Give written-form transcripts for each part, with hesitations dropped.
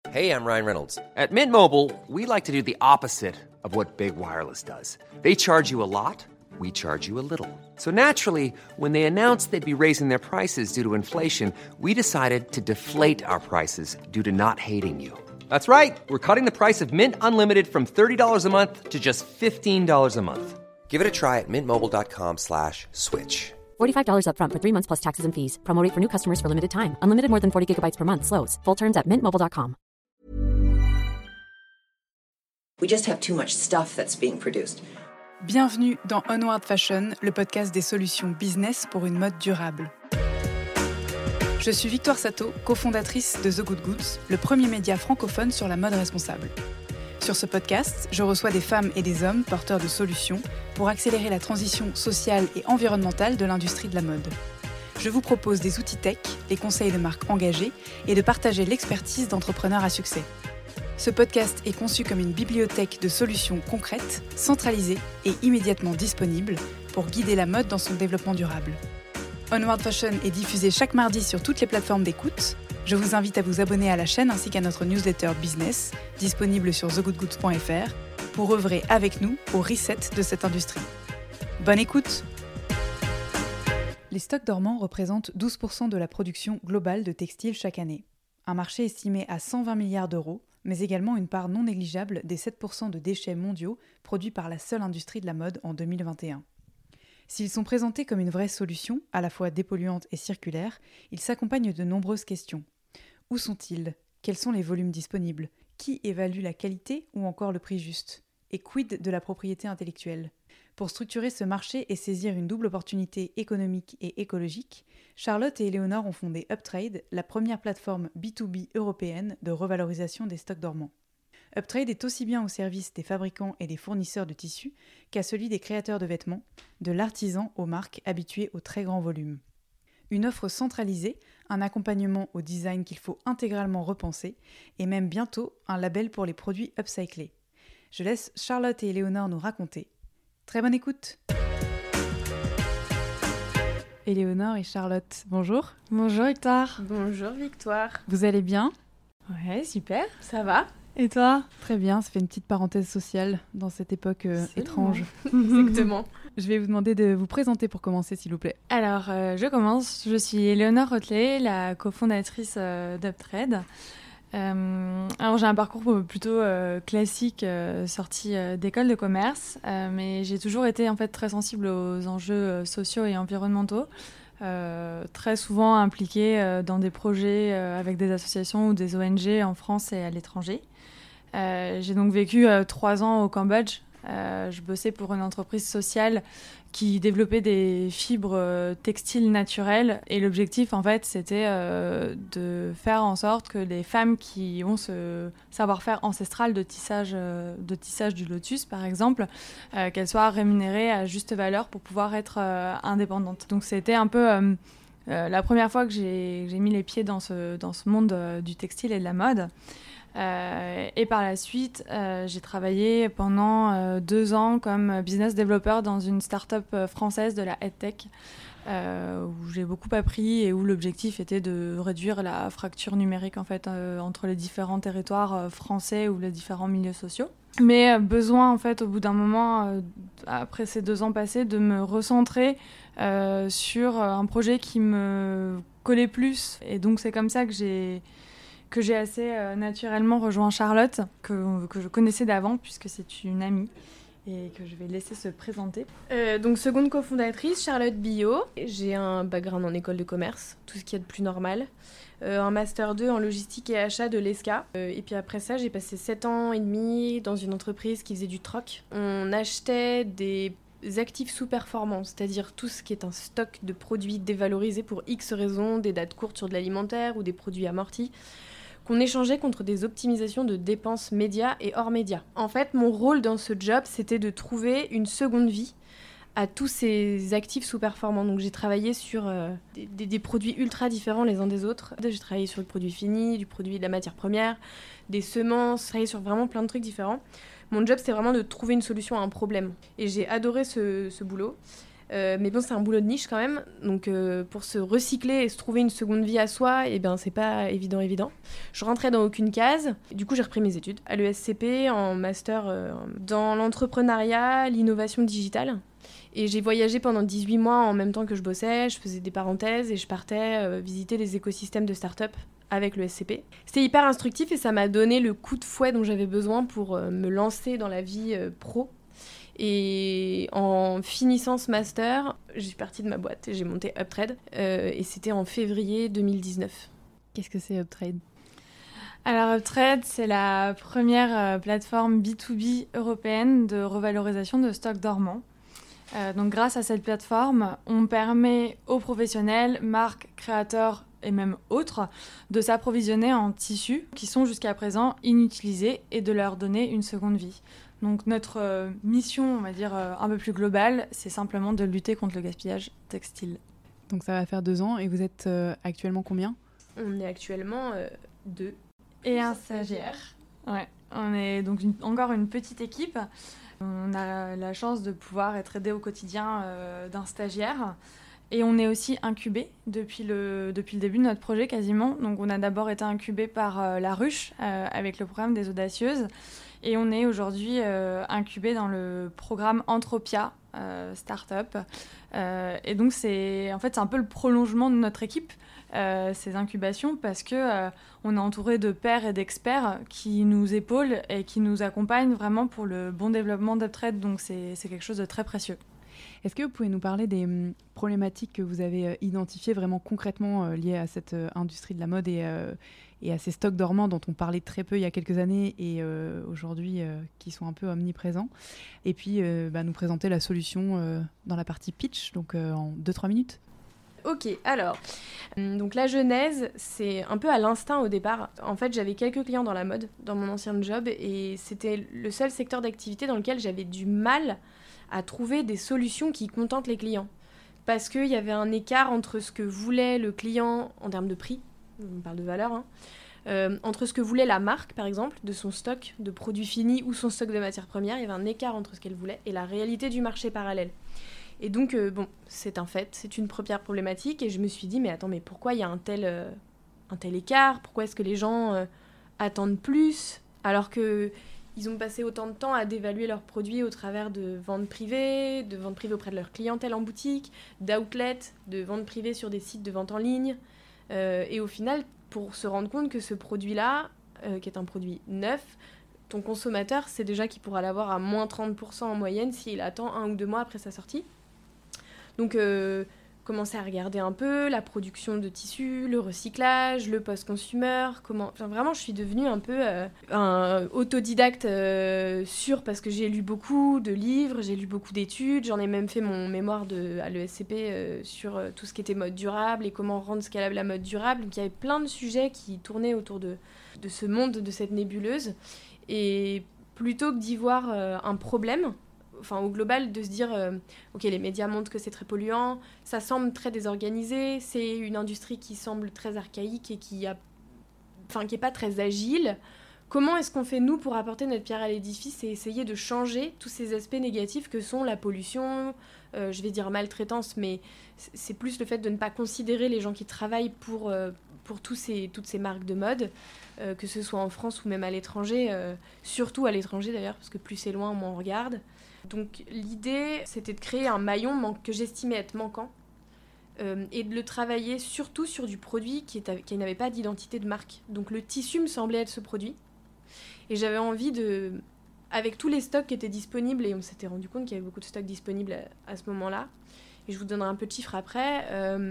Hey, I'm Ryan Reynolds. At Mint Mobile, we like to do the opposite of what Big Wireless does. They charge you a lot, we charge you a little. So naturally, when they announced they'd be raising their prices due to inflation, we decided to deflate our prices due to not hating you. That's right. We're cutting the price of Mint Unlimited from $30 a month to just $15 a month. Give it a try at mintmobile.com/switch. $45 up front for 3 months plus taxes and fees. Promo rate for new customers for limited time. Unlimited more than 40 gigabytes per month. Slows full terms at mintmobile.com. We just have too much stuff that's being produced. Bienvenue dans Onward Fashion, le podcast des solutions business pour une mode durable. Je suis Victoire Sato, cofondatrice de The Good Goods, le premier média francophone sur la mode responsable. Sur ce podcast, je reçois des femmes et des hommes porteurs de solutions pour accélérer la transition sociale et environnementale de l'industrie de la mode. Je vous propose des outils tech, des conseils de marques engagées et de partager l'expertise d'entrepreneurs à succès. Ce podcast est conçu comme une bibliothèque de solutions concrètes, centralisées et immédiatement disponibles pour guider la mode dans son développement durable. Onward Fashion est diffusé chaque mardi sur toutes les plateformes d'écoute. Je vous invite à vous abonner à la chaîne ainsi qu'à notre newsletter business, disponible sur thegoodgoods.fr, pour œuvrer avec nous au reset de cette industrie. Bonne écoute! Les stocks dormants représentent 12% de la production globale de textiles chaque année. Un marché estimé à 120 milliards d'euros, mais également une part non négligeable des 7% de déchets mondiaux produits par la seule industrie de la mode en 2021. S'ils sont présentés comme une vraie solution, à la fois dépolluante et circulaire, ils s'accompagnent de nombreuses questions. Où sont-ils ? Quels sont les volumes disponibles ? Qui évalue la qualité ou encore le prix juste ? Et quid de la propriété intellectuelle ? Pour structurer ce marché et saisir une double opportunité économique et écologique, Charlotte et Éléonore ont fondé Uptrade, la première plateforme B2B européenne de revalorisation des stocks dormants. Uptrade est aussi bien au service des fabricants et des fournisseurs de tissus qu'à celui des créateurs de vêtements, de l'artisan aux marques habituées au très grand volume. Une offre centralisée, un accompagnement au design qu'il faut intégralement repenser, et même bientôt un label pour les produits upcyclés. Je laisse Charlotte et Éléonore nous raconter. Très bonne écoute! Éléonore et Charlotte, bonjour. Bonjour Victoire. Bonjour Victoire. Vous allez bien? Ouais, super. Ça va? Et toi? Très bien, ça fait une petite parenthèse sociale dans cette époque étrange. Exactement. Je vais vous demander de vous présenter pour commencer, s'il vous plaît. Alors, je commence. Je suis Éléonore Rotelet, la cofondatrice d'Uptrade. Alors, j'ai un parcours plutôt classique, sorti d'école de commerce, mais j'ai toujours été en fait très sensible aux enjeux sociaux et environnementaux. Très souvent impliquée dans des projets avec des associations ou des ONG en France et à l'étranger. J'ai donc vécu 3 ans au Cambodge. Je bossais pour une entreprise sociale qui développait des fibres textiles naturelles et l'objectif en fait c'était de faire en sorte que les femmes qui ont ce savoir-faire ancestral de tissage du lotus par exemple, qu'elles soient rémunérées à juste valeur pour pouvoir être indépendantes. Donc c'était un peu la première fois que j'ai mis les pieds dans ce monde du textile et de la mode. Et par la suite, j'ai travaillé pendant 2 ans comme business developer dans une start-up française de la EdTech, où j'ai beaucoup appris et où l'objectif était de réduire la fracture numérique en fait, entre les différents territoires français ou les différents milieux sociaux. Mais besoin en fait, au bout d'un moment, après ces 2 ans passés, de me recentrer sur un projet qui me collait plus. Et donc c'est comme ça que j'ai assez naturellement rejoint Charlotte, que je connaissais d'avant, puisque c'est une amie, et que je vais laisser se présenter. Donc, seconde cofondatrice, Charlotte Billot. J'ai un background en école de commerce, tout ce qu'il y a de plus normal. Un Master 2 en logistique et achat de l'ESCA. Et puis après ça, j'ai passé 7 ans et demi dans une entreprise qui faisait du troc. On achetait des actifs sous-performants, c'est-à-dire tout ce qui est un stock de produits dévalorisés pour X raisons, des dates courtes sur de l'alimentaire ou des produits amortis, qu'on échangeait contre des optimisations de dépenses médias et hors médias. En fait, mon rôle dans ce job, c'était de trouver une seconde vie à tous ces actifs sous-performants. Donc j'ai travaillé sur des produits ultra différents les uns des autres. J'ai travaillé sur le produit fini, du produit de la matière première, des semences, j'ai travaillé sur vraiment plein de trucs différents. Mon job, c'était vraiment de trouver une solution à un problème. Et j'ai adoré ce boulot. Mais bon, c'est un boulot de niche quand même. Donc, pour se recycler et se trouver une seconde vie à soi, c'est pas évident. Je rentrais dans aucune case. Du coup, j'ai repris mes études à l'ESCP en master dans l'entrepreneuriat, l'innovation digitale. Et j'ai voyagé pendant 18 mois en même temps que je bossais. Je faisais des parenthèses et je partais visiter les écosystèmes de start-up avec le SCP. C'était hyper instructif et ça m'a donné le coup de fouet dont j'avais besoin pour me lancer dans la vie pro. Et en finissant ce master, je suis partie de ma boîte et j'ai monté Uptrade. Et c'était en février 2019. Qu'est-ce que c'est Uptrade ? Alors Uptrade, c'est la première plateforme B2B européenne de revalorisation de stocks dormants. Donc grâce à cette plateforme, on permet aux professionnels, marques, créateurs et même autres de s'approvisionner en tissus qui sont jusqu'à présent inutilisés et de leur donner une seconde vie. Donc notre mission, on va dire un peu plus globale, c'est simplement de lutter contre le gaspillage textile. Donc ça va faire 2 ans et vous êtes actuellement combien ? On est actuellement 2. Et un stagiaire. Ouais, on est donc encore une petite équipe. On a la chance de pouvoir être aidé au quotidien d'un stagiaire. Et on est aussi incubé depuis le début de notre projet quasiment. Donc on a d'abord été incubé par La Ruche avec le programme des Audacieuses. Et on est aujourd'hui incubé dans le programme Entropia Startup. Et donc c'est un peu le prolongement de notre équipe, ces incubations, parce que on est entouré de pairs et d'experts qui nous épaulent et qui nous accompagnent vraiment pour le bon développement d'Uptrade. Donc c'est quelque chose de très précieux. Est-ce que vous pouvez nous parler des problématiques que vous avez identifiées vraiment concrètement liées à cette industrie de la mode et à ces stocks dormants dont on parlait très peu il y a quelques années et aujourd'hui qui sont un peu omniprésents, et puis nous présenter la solution dans la partie pitch, donc en 2-3 minutes. Ok, alors, donc la genèse, c'est un peu à l'instinct au départ. En fait, j'avais quelques clients dans la mode, dans mon ancien job, et c'était le seul secteur d'activité dans lequel j'avais du mal à trouver des solutions qui contentent les clients. Parce qu'il y avait un écart entre ce que voulait le client en termes de prix, on parle de valeur, entre ce que voulait la marque, par exemple, de son stock de produits finis ou son stock de matières premières, il y avait un écart entre ce qu'elle voulait et la réalité du marché parallèle. Et donc, c'est un fait, c'est une première problématique, et je me suis dit, mais attends, mais pourquoi il y a un tel écart ? Pourquoi est-ce que les gens attendent plus, alors qu'ils ont passé autant de temps à dévaluer leurs produits au travers de ventes privées auprès de leur clientèle en boutique, d'outlets, de ventes privées sur des sites de vente en ligne, et au final, pour se rendre compte que ce produit-là, qui est un produit neuf, ton consommateur sait déjà qu'il pourra l'avoir à moins 30% en moyenne s'il attend 1 ou 2 mois après sa sortie. Donc, commencer à regarder un peu la production de tissus, le recyclage, le post-consumer, vraiment, je suis devenue un peu un autodidacte parce que j'ai lu beaucoup de livres, j'ai lu beaucoup d'études, j'en ai même fait mon mémoire à l'ESCP sur tout ce qui était mode durable et comment rendre scalable la mode durable. Donc, il y avait plein de sujets qui tournaient autour de ce monde, de cette nébuleuse. Et plutôt que d'y voir un problème, au global, de se dire ok, les médias montrent que c'est très polluant, ça semble très désorganisé, c'est une industrie qui semble très archaïque et qui est pas très agile. Comment est-ce qu'on fait, nous, pour apporter notre pierre à l'édifice et essayer de changer tous ces aspects négatifs que sont la pollution, je vais dire maltraitance, mais c'est plus le fait de ne pas considérer les gens qui travaillent pour toutes ces marques de mode, que ce soit en France ou même à l'étranger, surtout à l'étranger d'ailleurs, parce que plus c'est loin, moins on regarde. Donc l'idée, c'était de créer un maillon que j'estimais être manquant, et de le travailler surtout sur du produit qui n'avait pas d'identité de marque. Donc le tissu me semblait être ce produit, et j'avais envie avec tous les stocks qui étaient disponibles, et on s'était rendu compte qu'il y avait beaucoup de stocks disponibles à ce moment-là, et je vous donnerai un peu de chiffres après,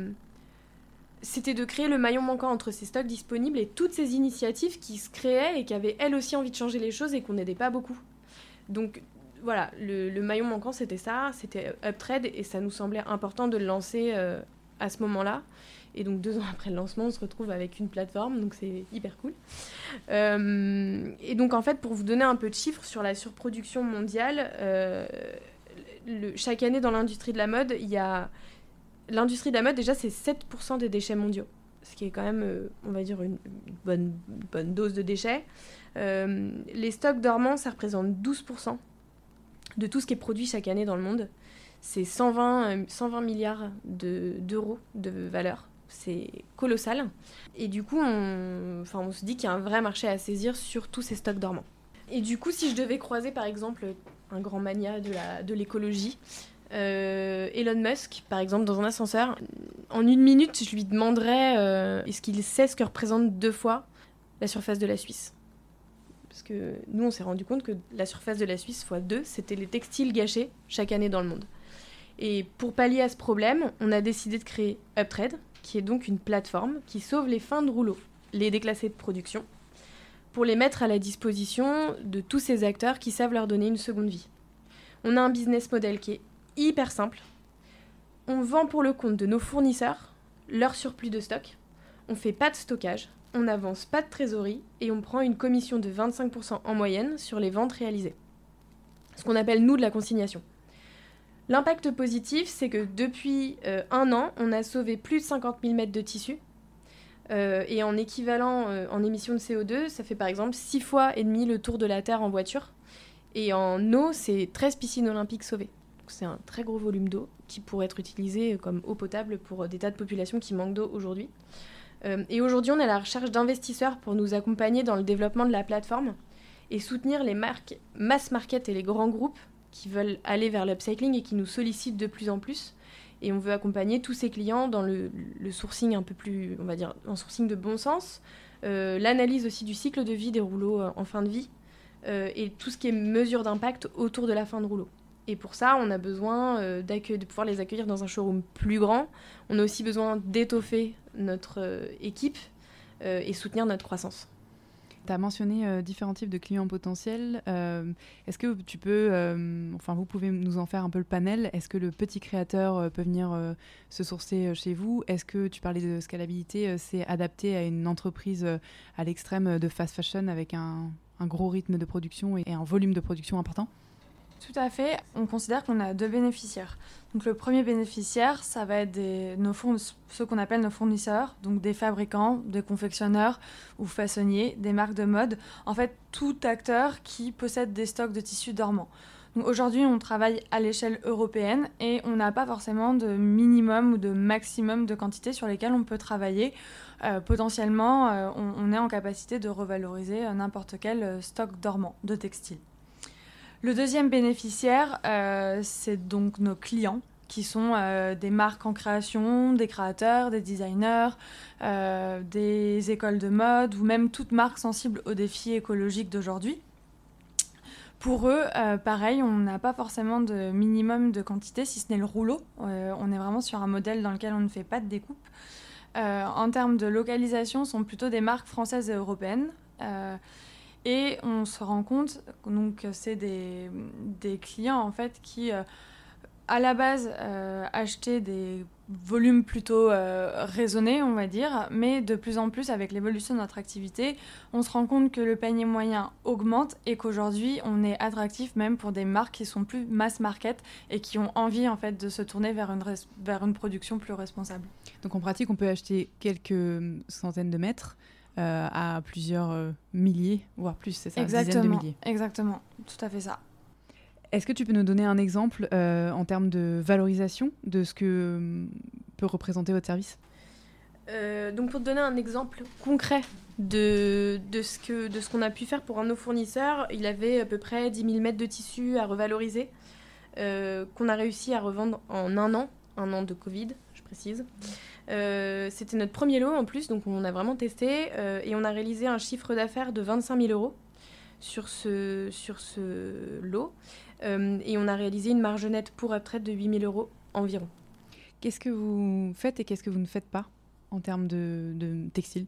c'était de créer le maillon manquant entre ces stocks disponibles et toutes ces initiatives qui se créaient et qui avaient elles aussi envie de changer les choses et qu'on n'aidait pas beaucoup. Donc voilà, le maillon manquant, c'était ça, c'était Uptrade, et ça nous semblait important de le lancer à ce moment-là. Et donc 2 ans après le lancement, on se retrouve avec une plateforme, donc c'est hyper cool. Et donc en fait, pour vous donner un peu de chiffres sur la surproduction mondiale, chaque année dans l'industrie de la mode, l'industrie de la mode, déjà, c'est 7% des déchets mondiaux, ce qui est quand même, on va dire, une bonne dose de déchets. Les stocks dormants, ça représente 12% de tout ce qui est produit chaque année dans le monde. C'est 120 milliards d'euros de valeur. C'est colossal. Et du coup, on se dit qu'il y a un vrai marché à saisir sur tous ces stocks dormants. Et du coup, si je devais croiser, par exemple, un grand mania de l'écologie, Elon Musk, par exemple, dans un ascenseur, en 1 minute, je lui demanderais est-ce qu'il sait ce que représente 2 fois la surface de la Suisse. Parce que nous, on s'est rendu compte que la surface de la Suisse fois 2, c'était les textiles gâchés chaque année dans le monde. Et pour pallier à ce problème, on a décidé de créer Uptrade, qui est donc une plateforme qui sauve les fins de rouleau, les déclassés de production, pour les mettre à la disposition de tous ces acteurs qui savent leur donner une seconde vie. On a un business model qui est hyper simple. On vend pour le compte de nos fournisseurs leur surplus de stock. On fait pas de stockage, on n'avance pas de trésorerie et on prend une commission de 25% en moyenne sur les ventes réalisées. Ce qu'on appelle, nous, de la consignation. L'impact positif, c'est que depuis 1 an, on a sauvé plus de 50 000 mètres de tissu. Et en équivalent en émissions de CO2, ça fait par exemple 6 fois et demi le tour de la Terre en voiture. Et en eau, c'est 13 piscines olympiques sauvées. Donc c'est un très gros volume d'eau qui pourrait être utilisé comme eau potable pour des tas de populations qui manquent d'eau aujourd'hui. Et aujourd'hui, on est à la recherche d'investisseurs pour nous accompagner dans le développement de la plateforme et soutenir les marques mass market et les grands groupes qui veulent aller vers l'upcycling et qui nous sollicitent de plus en plus. Et on veut accompagner tous ces clients dans le sourcing un peu plus, on va dire, un sourcing de bon sens, l'analyse aussi du cycle de vie des rouleaux en fin de vie, et tout ce qui est mesure d'impact autour de la fin de rouleau. Et pour ça, on a besoin de pouvoir les accueillir dans un showroom plus grand. On a aussi besoin d'étoffer notre équipe et soutenir notre croissance. Tu as mentionné différents types de clients potentiels. Est-ce que tu peux, vous pouvez nous en faire un peu le panel. Est-ce que le petit créateur peut venir se sourcer chez vous? Est-ce que tu parlais de scalabilité, c'est adapté à une entreprise à l'extrême de fast fashion avec un gros rythme de production et un volume de production important? Tout à fait. On considère qu'on a 2 bénéficiaires. Donc le premier bénéficiaire, ça va être ceux qu'on appelle nos fournisseurs, donc des fabricants, des confectionneurs ou façonniers, des marques de mode. En fait, tout acteur qui possède des stocks de tissus dormants. Donc aujourd'hui, on travaille à l'échelle européenne et on n'a pas forcément de minimum ou de maximum de quantité sur lesquelles on peut travailler. Potentiellement, on est en capacité de revaloriser n'importe quel stock dormant de textile. Le deuxième bénéficiaire, c'est donc nos clients, qui sont des marques en création, des créateurs, des designers, des écoles de mode, ou même toute marque sensible aux défis écologiques d'aujourd'hui. Pour eux, pareil, on n'a pas forcément de minimum de quantité, si ce n'est le rouleau. On est vraiment sur un modèle dans lequel on ne fait pas de découpe. En termes de localisation, ce sont plutôt des marques françaises et européennes. Et on se rend compte donc, que c'est des clients en fait, qui, à la base, achetaient des volumes plutôt raisonnés, on va dire, mais de plus en plus, avec l'évolution de notre activité, on se rend compte que le panier moyen augmente et qu'aujourd'hui, on est attractif même pour des marques qui sont plus mass market et qui ont envie en fait, de se tourner vers une production plus responsable. Donc en pratique, on peut acheter quelques centaines de mètres à plusieurs milliers, voire plus, c'est ça? Exactement, dizaines de milliers. Exactement, tout à fait ça. Est-ce que tu peux nous donner un exemple en termes de valorisation de ce que peut représenter votre service? Donc pour te donner un exemple concret de ce qu'on a pu faire pour un de nos fournisseurs, il avait à peu près 10 000 mètres de tissu à revaloriser, qu'on a réussi à revendre en un an de Covid, je précise. C'était notre premier lot en plus, donc on a vraiment testé et on a réalisé un chiffre d'affaires de 25 000 euros sur ce lot et on a réalisé une marge nette pour Uptrade de 8 000 euros environ. Qu'est-ce que vous faites et qu'est-ce que vous ne faites pas en termes de textile?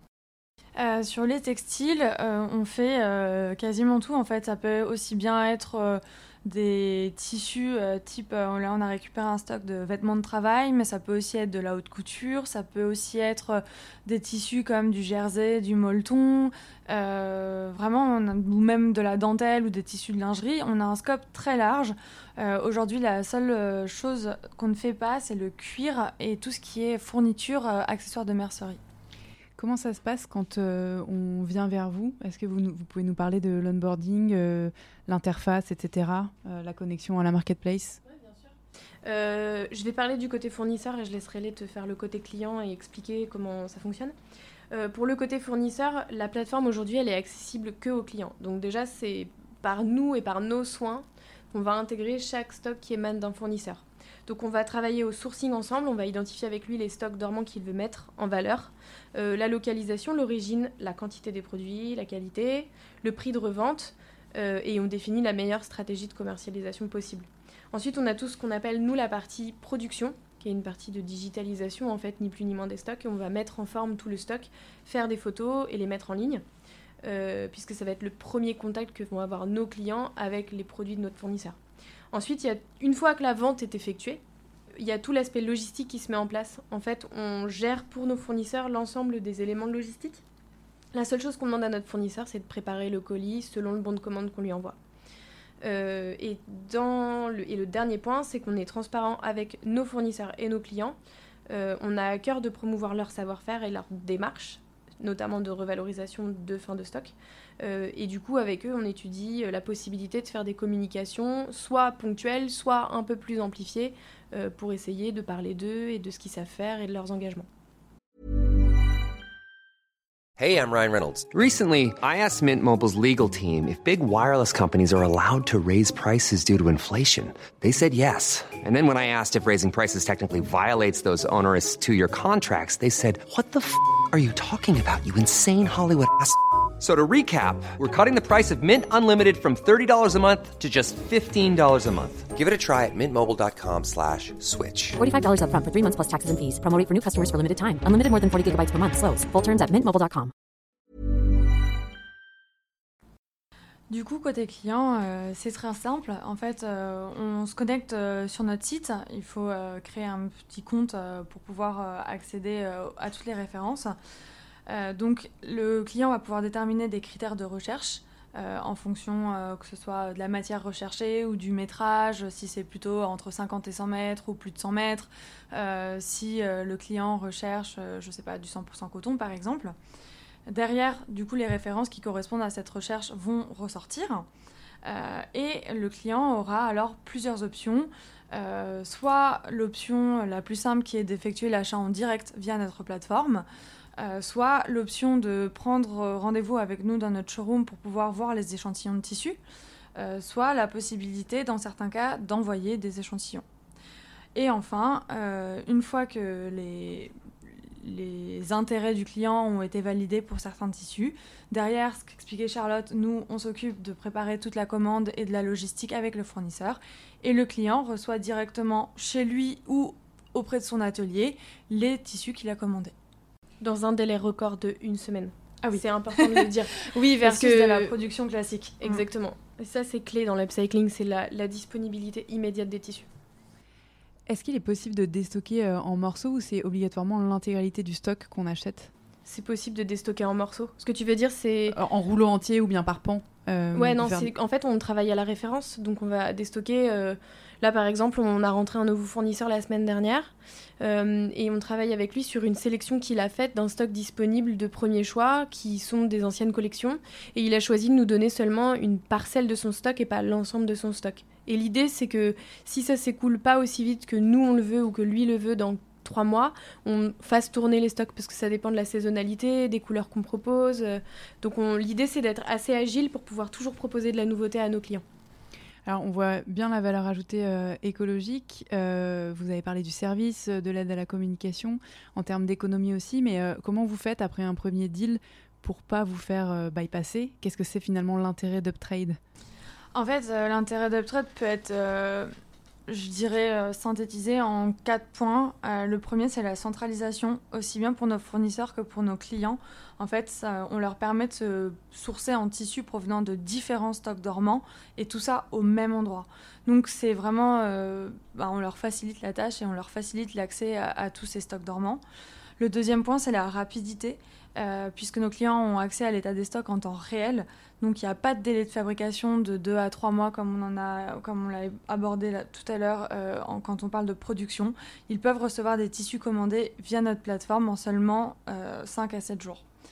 Sur les textiles, on fait quasiment tout en fait. Ça peut aussi bien être des tissus type, là on a récupéré un stock de vêtements de travail, mais ça peut aussi être de la haute couture, ça peut aussi être des tissus comme du jersey, du molleton, vraiment, ou même de la dentelle ou des tissus de lingerie. On a un scope très large. Aujourd'hui, la seule chose qu'on ne fait pas, c'est le cuir et tout ce qui est fourniture, accessoires de mercerie. Comment ça se passe quand on vient vers vous? Est-ce que vous pouvez nous parler de l'onboarding, l'interface, etc., la connexion à la marketplace? Oui, bien sûr. Je vais parler du côté fournisseur et je laisserai Lé te faire le côté client et expliquer comment ça fonctionne. Pour le côté fournisseur, la plateforme aujourd'hui, elle est accessible que aux clients. Donc déjà, c'est par nous et par nos soins qu'on va intégrer chaque stock qui émane d'un fournisseur. Donc on va travailler au sourcing ensemble, on va identifier avec lui les stocks dormants qu'il veut mettre en valeur, la localisation, l'origine, la quantité des produits, la qualité, le prix de revente, et on définit la meilleure stratégie de commercialisation possible. Ensuite, on a tout ce qu'on appelle, nous, la partie production, qui est une partie de digitalisation, en fait, ni plus ni moins des stocks, et on va mettre en forme tout le stock, faire des photos et les mettre en ligne, puisque ça va être le premier contact que vont avoir nos clients avec les produits de notre fournisseur. Ensuite, une fois que la vente est effectuée, il y a tout l'aspect logistique qui se met en place. En fait, on gère pour nos fournisseurs l'ensemble des éléments de logistique. La seule chose qu'on demande à notre fournisseur, c'est de préparer le colis selon le bon de commande qu'on lui envoie. Et le dernier point, c'est qu'on est transparent avec nos fournisseurs et nos clients. On a à cœur de promouvoir leur savoir-faire et leur démarche, notamment de revalorisation de fin de stock. Et du coup, avec eux, on étudie la possibilité de faire des communications, soit ponctuelles, soit un peu plus amplifiées, pour essayer de parler d'eux et de ce qu'ils savent faire et de leurs engagements. Hey, I'm Ryan Reynolds. Recently, I asked Mint Mobile's legal team if big wireless companies are allowed to raise prices due to inflation. They said yes. And then when I asked if raising prices technically violates those onerous two-year contracts, they said, "What the f*** are you talking about, you insane Hollywood ass?" So to recap, we're cutting the price of Mint Unlimited from $30 a month to just $15 a month. Give it a try at mintmobile.com/switch. $45 up front for 3 months plus taxes and fees. Promo rate for new customers for limited time. Unlimited more than 40 gigabytes per month. Slows full terms at mintmobile.com. Du coup, côté client, c'est très simple. En fait, on se connecte sur notre site. Il faut créer un petit compte pour pouvoir accéder à toutes les références. Donc, le client va pouvoir déterminer des critères de recherche en fonction que ce soit de la matière recherchée ou du métrage, si c'est plutôt entre 50 et 100 mètres ou plus de 100 mètres, si le client recherche, je sais pas, du 100% coton par exemple. Derrière, du coup, les références qui correspondent à cette recherche vont ressortir et le client aura alors plusieurs options. Soit l'option la plus simple qui est d'effectuer l'achat en direct via notre plateforme, soit l'option de prendre rendez-vous avec nous dans notre showroom pour pouvoir voir les échantillons de tissu, soit la possibilité, dans certains cas, d'envoyer des échantillons. Et enfin, une fois que les intérêts du client ont été validés pour certains tissus, derrière, ce qu'expliquait Charlotte, nous, on s'occupe de préparer toute la commande et de la logistique avec le fournisseur, et le client reçoit directement chez lui ou auprès de son atelier les tissus qu'il a commandés. Dans un délai record de 1 semaine. Ah oui. C'est important de le dire. Oui, versus Parce que de la production classique. Exactement. Et ça, c'est clé dans l'upcycling, c'est la disponibilité immédiate des tissus. Est-ce qu'il est possible de déstocker en morceaux ou c'est obligatoirement l'intégralité du stock qu'on achète ? C'est possible de déstocker en morceaux. Ce que tu veux dire, c'est... En rouleau entier ou bien par pan en fait, on travaille à la référence, donc on va déstocker... Là, par exemple, on a rentré un nouveau fournisseur la semaine dernière et on travaille avec lui sur une sélection qu'il a faite d'un stock disponible de premier choix qui sont des anciennes collections. Et il a choisi de nous donner seulement une parcelle de son stock et pas l'ensemble de son stock. Et l'idée, c'est que si ça s'écoule pas aussi vite que nous, on le veut ou que lui le veut dans 3 mois, on fasse tourner les stocks parce que ça dépend de la saisonnalité, des couleurs qu'on propose. Donc l'idée, c'est d'être assez agile pour pouvoir toujours proposer de la nouveauté à nos clients. Alors, on voit bien la valeur ajoutée écologique. Vous avez parlé du service, de l'aide à la communication, en termes d'économie aussi. Mais comment vous faites après un premier deal pour pas vous faire bypasser ? Qu'est-ce que c'est finalement l'intérêt d'Uptrade ? En fait, l'intérêt d'Uptrade peut être, je dirais, synthétisé en 4 points. Le premier, c'est la centralisation, aussi bien pour nos fournisseurs que pour nos clients. En fait, on leur permet de se sourcer en tissu provenant de différents stocks dormants, et tout ça au même endroit. Donc, c'est vraiment... on leur facilite la tâche et on leur facilite l'accès à tous ces stocks dormants. Le deuxième point, c'est la rapidité, puisque nos clients ont accès à l'état des stocks en temps réel. Donc, il n'y a pas de délai de fabrication de 2 à 3 mois comme on l'a abordé tout à l'heure quand on parle de production. Ils peuvent recevoir des tissus commandés via notre plateforme en seulement 5 à 7 jours.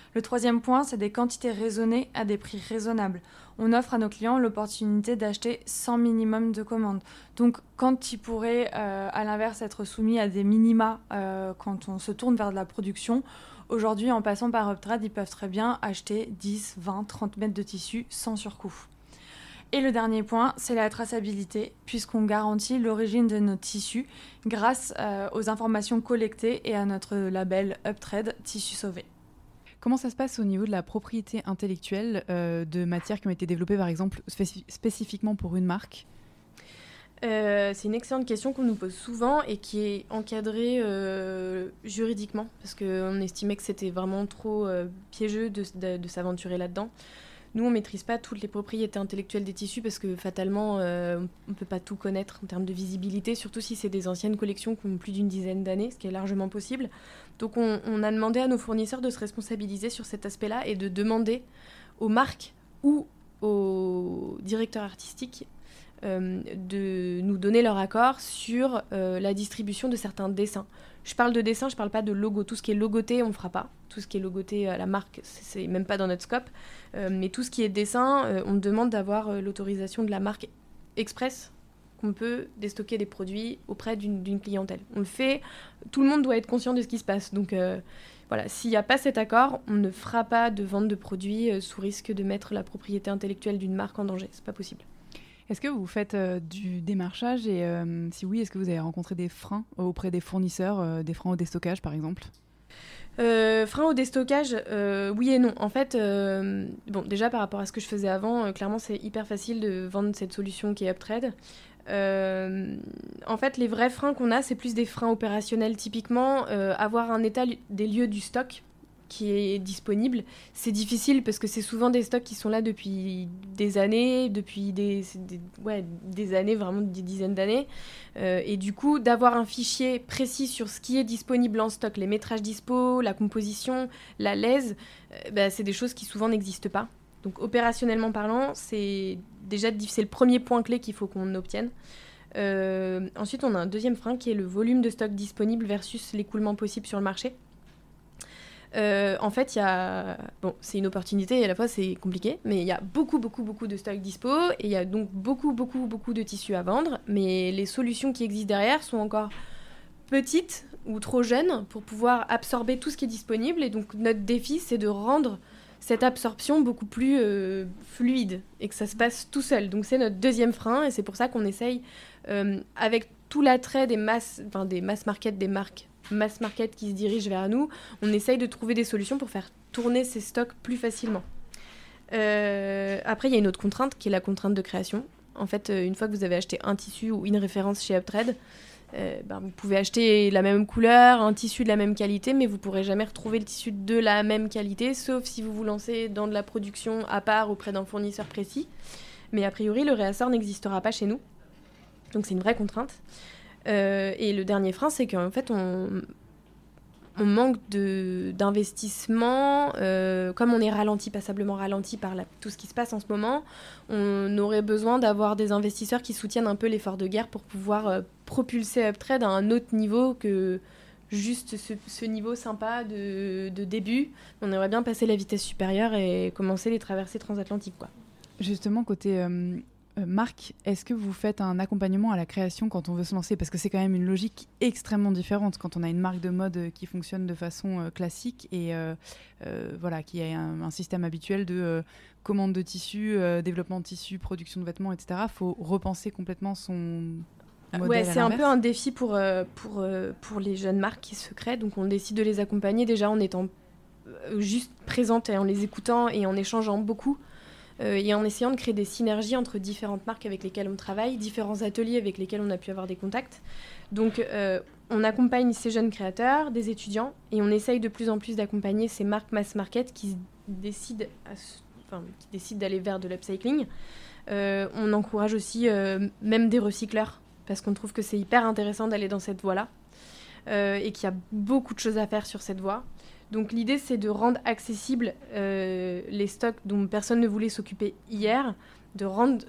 Le troisième point, c'est des quantités raisonnées à des prix raisonnables. On offre à nos clients l'opportunité d'acheter 100 minimum de commandes. Donc, quand ils pourraient, à l'inverse, être soumis à des minima quand on se tourne vers de la production, aujourd'hui, en passant par Uptrade, ils peuvent très bien acheter 10, 20, 30 mètres de tissu sans surcoût. Et le dernier point, c'est la traçabilité, puisqu'on garantit l'origine de nos tissus grâce aux informations collectées et à notre label Uptrade Tissu Sauvé. Comment ça se passe au niveau de la propriété intellectuelle de matières qui ont été développées, par exemple, spécifiquement pour une marque ? C'est une excellente question qu'on nous pose souvent et qui est encadrée juridiquement, parce qu'on estimait que c'était vraiment trop piégeux de s'aventurer là-dedans. Nous, on ne maîtrise pas toutes les propriétés intellectuelles des tissus parce que fatalement, on ne peut pas tout connaître en termes de visibilité, surtout si c'est des anciennes collections qui ont plus d'une dizaine d'années, ce qui est largement possible. Donc on a demandé à nos fournisseurs de se responsabiliser sur cet aspect-là et de demander aux marques ou aux directeurs artistiques de nous donner leur accord sur la distribution de certains dessins. Je parle de dessin, je parle pas de logo. Tout ce qui est logoté, on ne fera pas. Tout ce qui est logoté à la marque, c'est même pas dans notre scope. Mais tout ce qui est dessin, on demande d'avoir l'autorisation de la marque express qu'on peut déstocker des produits auprès d'une clientèle. On le fait, tout le monde doit être conscient de ce qui se passe. Donc voilà, s'il n'y a pas cet accord, on ne fera pas de vente de produits sous risque de mettre la propriété intellectuelle d'une marque en danger. C'est pas possible. Est-ce que vous faites du démarchage et si oui, est-ce que vous avez rencontré des freins auprès des fournisseurs, des freins au déstockage par exemple ? Frein au déstockage, oui et non. En fait, déjà par rapport à ce que je faisais avant, clairement c'est hyper facile de vendre cette solution qui est Uptrade. En fait, les vrais freins qu'on a, c'est plus des freins opérationnels. Typiquement, avoir un état des lieux du stock qui est disponible, c'est difficile parce que c'est souvent des stocks qui sont là depuis des années, depuis des années, vraiment des dizaines d'années. Et du coup, d'avoir un fichier précis sur ce qui est disponible en stock, les métrages dispo, la composition, la lèse, c'est des choses qui souvent n'existent pas. Donc opérationnellement parlant, c'est le premier point clé qu'il faut qu'on obtienne. Ensuite, on a un deuxième frein qui est le volume de stock disponible versus l'écoulement possible sur le marché. En fait, c'est une opportunité et à la fois c'est compliqué, mais il y a beaucoup de stocks dispo et il y a donc beaucoup de tissus à vendre, mais les solutions qui existent derrière sont encore petites ou trop jeunes pour pouvoir absorber tout ce qui est disponible, et donc notre défi c'est de rendre cette absorption beaucoup plus fluide et que ça se passe tout seul. Donc c'est notre deuxième frein et c'est pour ça qu'on essaye avec tout l'attrait des mass market, des marques mass market qui se dirigent vers nous, on essaye de trouver des solutions pour faire tourner ces stocks plus facilement. Après, il y a une autre contrainte qui est la contrainte de création. En fait, une fois que vous avez acheté un tissu ou une référence chez Uptrade, vous pouvez acheter la même couleur, un tissu de la même qualité, mais vous ne pourrez jamais retrouver le tissu de la même qualité, sauf si vous vous lancez dans de la production à part auprès d'un fournisseur précis. Mais a priori, le réassort n'existera pas chez nous. Donc c'est une vraie contrainte. Et le dernier frein, c'est qu'en fait, on manque d'investissement. Comme on est passablement ralenti par tout ce qui se passe en ce moment, on aurait besoin d'avoir des investisseurs qui soutiennent un peu l'effort de guerre pour pouvoir propulser Uptrade à un autre niveau que juste ce niveau sympa de début. On aimerait bien passer la vitesse supérieure et commencer les traversées transatlantiques, quoi. Justement, côté marque, est-ce que vous faites un accompagnement à la création quand on veut se lancer ? Parce que c'est quand même une logique extrêmement différente quand on a une marque de mode qui fonctionne de façon classique et qui a un système habituel de commande de tissus, développement de tissus, production de vêtements, etc. Il faut repenser complètement son modèle. Ouais, c'est un peu un défi pour les jeunes marques qui se créent. Donc on décide de les accompagner déjà en étant juste présente et en les écoutant et en échangeant beaucoup. Et en essayant de créer des synergies entre différentes marques avec lesquelles on travaille, différents ateliers avec lesquels on a pu avoir des contacts. Donc, on accompagne ces jeunes créateurs, des étudiants, et on essaye de plus en plus d'accompagner ces marques mass market qui décident d'aller vers de l'upcycling. On encourage aussi même des recycleurs, parce qu'on trouve que c'est hyper intéressant d'aller dans cette voie-là, et qu'il y a beaucoup de choses à faire sur cette voie. Donc l'idée, c'est de rendre accessibles les stocks dont personne ne voulait s'occuper hier, de rendre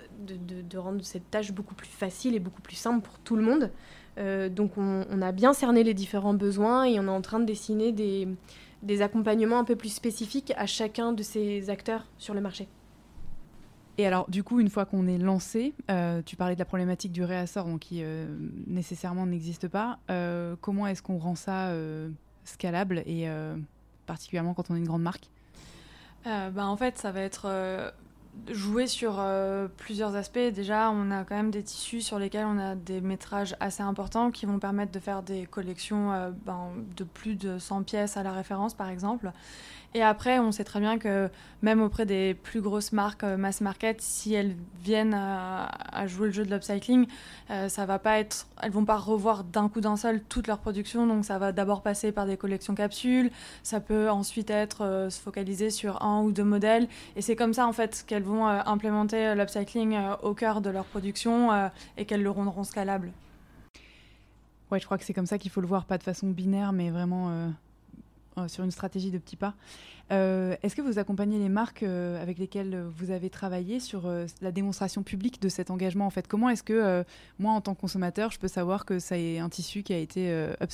cette tâche beaucoup plus facile et beaucoup plus simple pour tout le monde. Donc on a bien cerné les différents besoins et on est en train de dessiner des accompagnements un peu plus spécifiques à chacun de ces acteurs sur le marché. Et alors, du coup, une fois qu'on est lancé, tu parlais de la problématique du réassort, donc qui nécessairement n'existe pas. Comment est-ce qu'on rend ça scalable et particulièrement quand on est une grande marque ? En fait, ça va être jouer sur plusieurs aspects. Déjà, on a quand même des tissus sur lesquels on a des métrages assez importants qui vont permettre de faire des collections de plus de 100 pièces à la référence, par exemple. Et après, on sait très bien que même auprès des plus grosses marques mass market, si elles viennent à jouer le jeu de l'upcycling, ça va pas être, elles vont pas revoir d'un coup d'un seul toute leur production. Donc ça va d'abord passer par des collections capsules. Ça peut ensuite être se focaliser sur 1 ou 2 modèles. Et c'est comme ça en fait qu'elles vont implémenter l'upcycling au cœur de leur production et qu'elles le rendront scalable. Ouais, je crois que c'est comme ça qu'il faut le voir, pas de façon binaire, mais vraiment sur une stratégie de petits pas. Est-ce que vous accompagnez les marques avec lesquelles vous avez travaillé sur la démonstration publique de cet engagement en fait ? Comment est-ce que moi, en tant que consommateur, je peux savoir que ça est un tissu qui a été upcyclé ?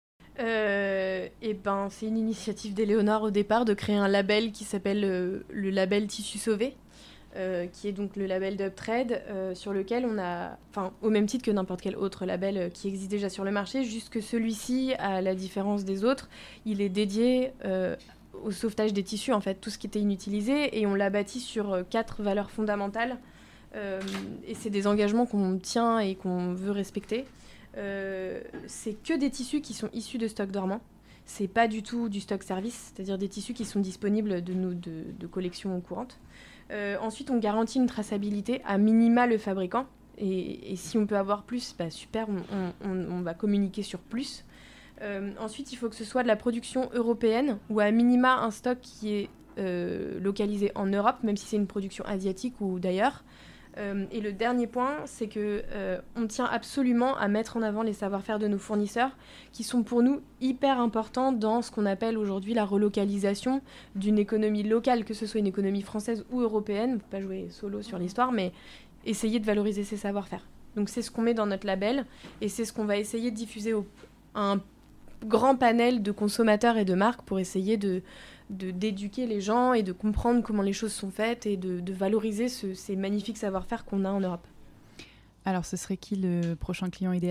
C'est une initiative d'Éléonore au départ de créer un label qui s'appelle le label Tissu Sauvé, qui est donc le label d'Uptrade, sur lequel on a, au même titre que n'importe quel autre label qui existe déjà sur le marché, juste que celui-ci, à la différence des autres, il est dédié au sauvetage des tissus, en fait, tout ce qui était inutilisé, et on l'a bâti sur 4 valeurs fondamentales, et c'est des engagements qu'on tient et qu'on veut respecter. C'est que des tissus qui sont issus de stocks dormants. C'est pas du tout du stock service, c'est-à-dire des tissus qui sont disponibles de collections courantes. Ensuite, on garantit une traçabilité à minima le fabricant. Et si on peut avoir plus, super, on va communiquer sur plus. Ensuite, il faut que ce soit de la production européenne ou à minima un stock qui est localisé en Europe, même si c'est une production asiatique ou d'ailleurs. Et le dernier point, c'est qu'on tient absolument à mettre en avant les savoir-faire de nos fournisseurs, qui sont pour nous hyper importants dans ce qu'on appelle aujourd'hui la relocalisation d'une économie locale, que ce soit une économie française ou européenne. On ne peut pas jouer solo sur l'histoire, mais essayer de valoriser ces savoir-faire. Donc c'est ce qu'on met dans notre label, et c'est ce qu'on va essayer de diffuser à un grand panel de consommateurs et de marques pour essayer d'éduquer les gens et de comprendre comment les choses sont faites et de valoriser ces magnifiques savoir-faire qu'on a en Europe. Alors, ce serait qui le prochain client idéal ?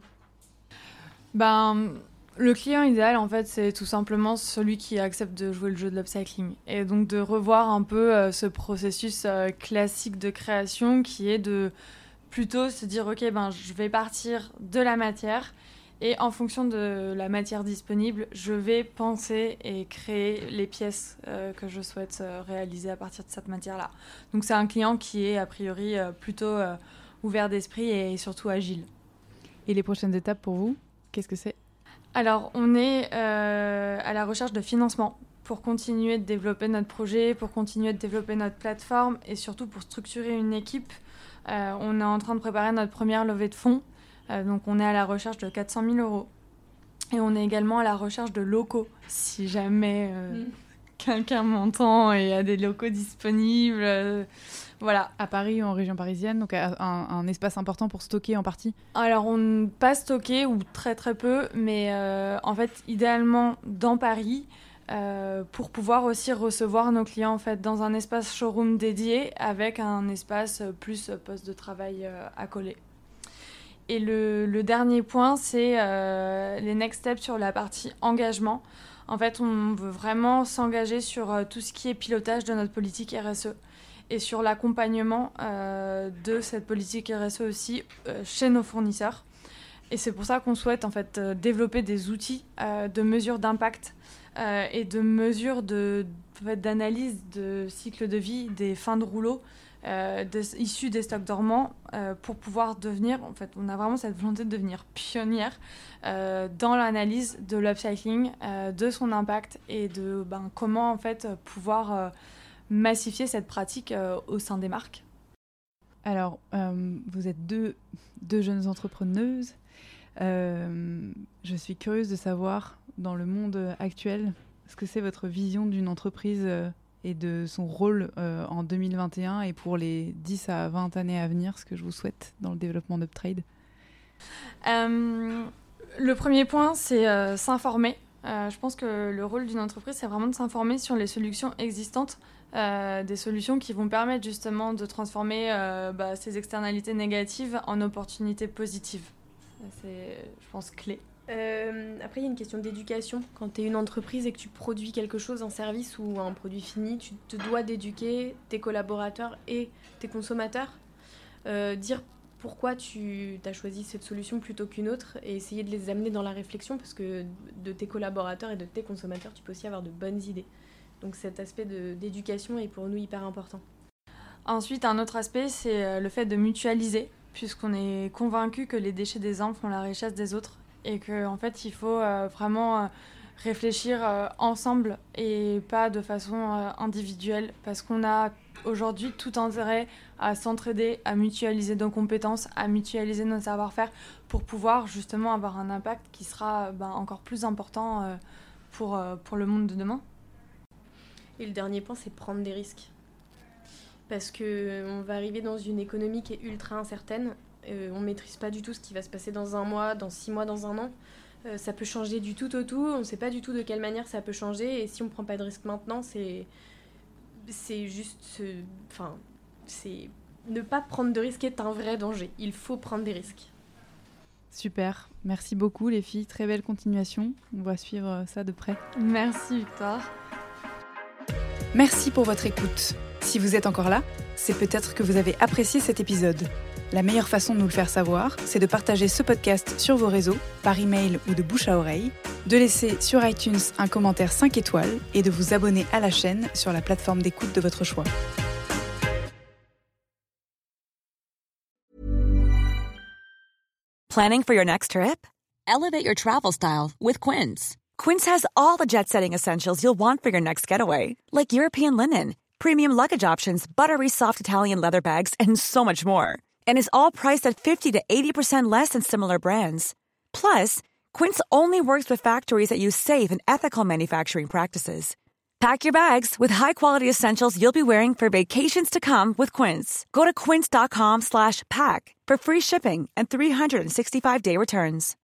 Le client idéal, en fait, c'est tout simplement celui qui accepte de jouer le jeu de l'upcycling. Et donc de revoir un peu ce processus classique de création qui est de plutôt se dire « Ok, je vais partir de la matière ». Et en fonction de la matière disponible, je vais penser et créer les pièces que je souhaite réaliser à partir de cette matière-là. Donc c'est un client qui est a priori plutôt ouvert d'esprit et surtout agile. Et les prochaines étapes pour vous, qu'est-ce que c'est ? Alors on est à la recherche de financement pour continuer de développer notre projet, pour continuer de développer notre plateforme et surtout pour structurer une équipe. On est en train de préparer notre première levée de fonds. Donc on est à la recherche de 400 000 €. Et on est également à la recherche de locaux, si jamais quelqu'un m'entend et a des locaux disponibles. Voilà. À Paris ou en région parisienne, donc un espace important pour stocker en partie ? Alors on ne pas stocker ou très très peu, mais en fait idéalement dans Paris, pour pouvoir aussi recevoir nos clients en fait, dans un espace showroom dédié avec un espace plus poste de travail à coller. Et le dernier point, c'est les next steps sur la partie engagement. En fait, on veut vraiment s'engager sur tout ce qui est pilotage de notre politique RSE et sur l'accompagnement de cette politique RSE aussi chez nos fournisseurs. Et c'est pour ça qu'on souhaite en fait, développer des outils de mesure d'impact et de mesure d'analyse de cycle de vie des fins de rouleau issus des stocks dormants pour pouvoir devenir, en fait, on a vraiment cette volonté de devenir pionnière dans l'analyse de l'upcycling, de son impact et de comment en fait pouvoir massifier cette pratique au sein des marques. Alors, vous êtes deux jeunes entrepreneuses. Je suis curieuse de savoir, dans le monde actuel, ce que c'est votre vision d'une entreprise et de son rôle en 2021 et pour les 10 à 20 années à venir, ce que je vous souhaite dans le développement d'Uptrade. Le premier point, c'est s'informer Je pense que le rôle d'une entreprise, c'est vraiment de s'informer sur les solutions existantes, des solutions qui vont permettre justement de transformer ces externalités négatives en opportunités positives. Ça, c'est, je pense, clé. Après, il y a une question d'éducation. Quand tu es une entreprise et que tu produis quelque chose, un service ou un produit fini, tu te dois d'éduquer tes collaborateurs et tes consommateurs. Dire pourquoi tu as choisi cette solution plutôt qu'une autre et essayer de les amener dans la réflexion, parce que de tes collaborateurs et de tes consommateurs, tu peux aussi avoir de bonnes idées. Donc cet aspect d'éducation est pour nous hyper important. Ensuite, un autre aspect, c'est le fait de mutualiser, puisqu'on est convaincu que les déchets des uns font la richesse des autres et qu'en fait, il faut vraiment réfléchir ensemble et pas de façon individuelle, parce qu'on a aujourd'hui tout intérêt à s'entraider, à mutualiser nos compétences, à mutualiser nos savoir-faire pour pouvoir justement avoir un impact qui sera encore plus important pour le monde de demain. Et le dernier point, c'est prendre des risques. Parce qu'on va arriver dans une économie qui est ultra incertaine. On ne maîtrise pas du tout ce qui va se passer dans 1 mois, dans 6 mois, dans 1 an. Ça peut changer du tout au tout. On ne sait pas du tout de quelle manière ça peut changer. Et si on ne prend pas de risques maintenant, c'est juste... c'est ne pas prendre de risques est un vrai danger. Il faut prendre des risques. Super. Merci beaucoup les filles. Très belle continuation. On va suivre ça de près. Merci Victoire. Merci pour votre écoute. Si vous êtes encore là, c'est peut-être que vous avez apprécié cet épisode. La meilleure façon de nous le faire savoir, c'est de partager ce podcast sur vos réseaux, par email ou de bouche à oreille, de laisser sur iTunes un commentaire 5 étoiles et de vous abonner à la chaîne sur la plateforme d'écoute de votre choix. Planning for your next trip? Elevate your travel style with Quince. Quince has all the jet-setting essentials you'll want for your next getaway, like European linen, premium luggage options, buttery soft Italian leather bags, and so much more. And is all priced at 50 to 80% less than similar brands. Plus, Quince only works with factories that use safe and ethical manufacturing practices. Pack your bags with high-quality essentials you'll be wearing for vacations to come with Quince. Go to quince.com/pack for free shipping and 365-day returns.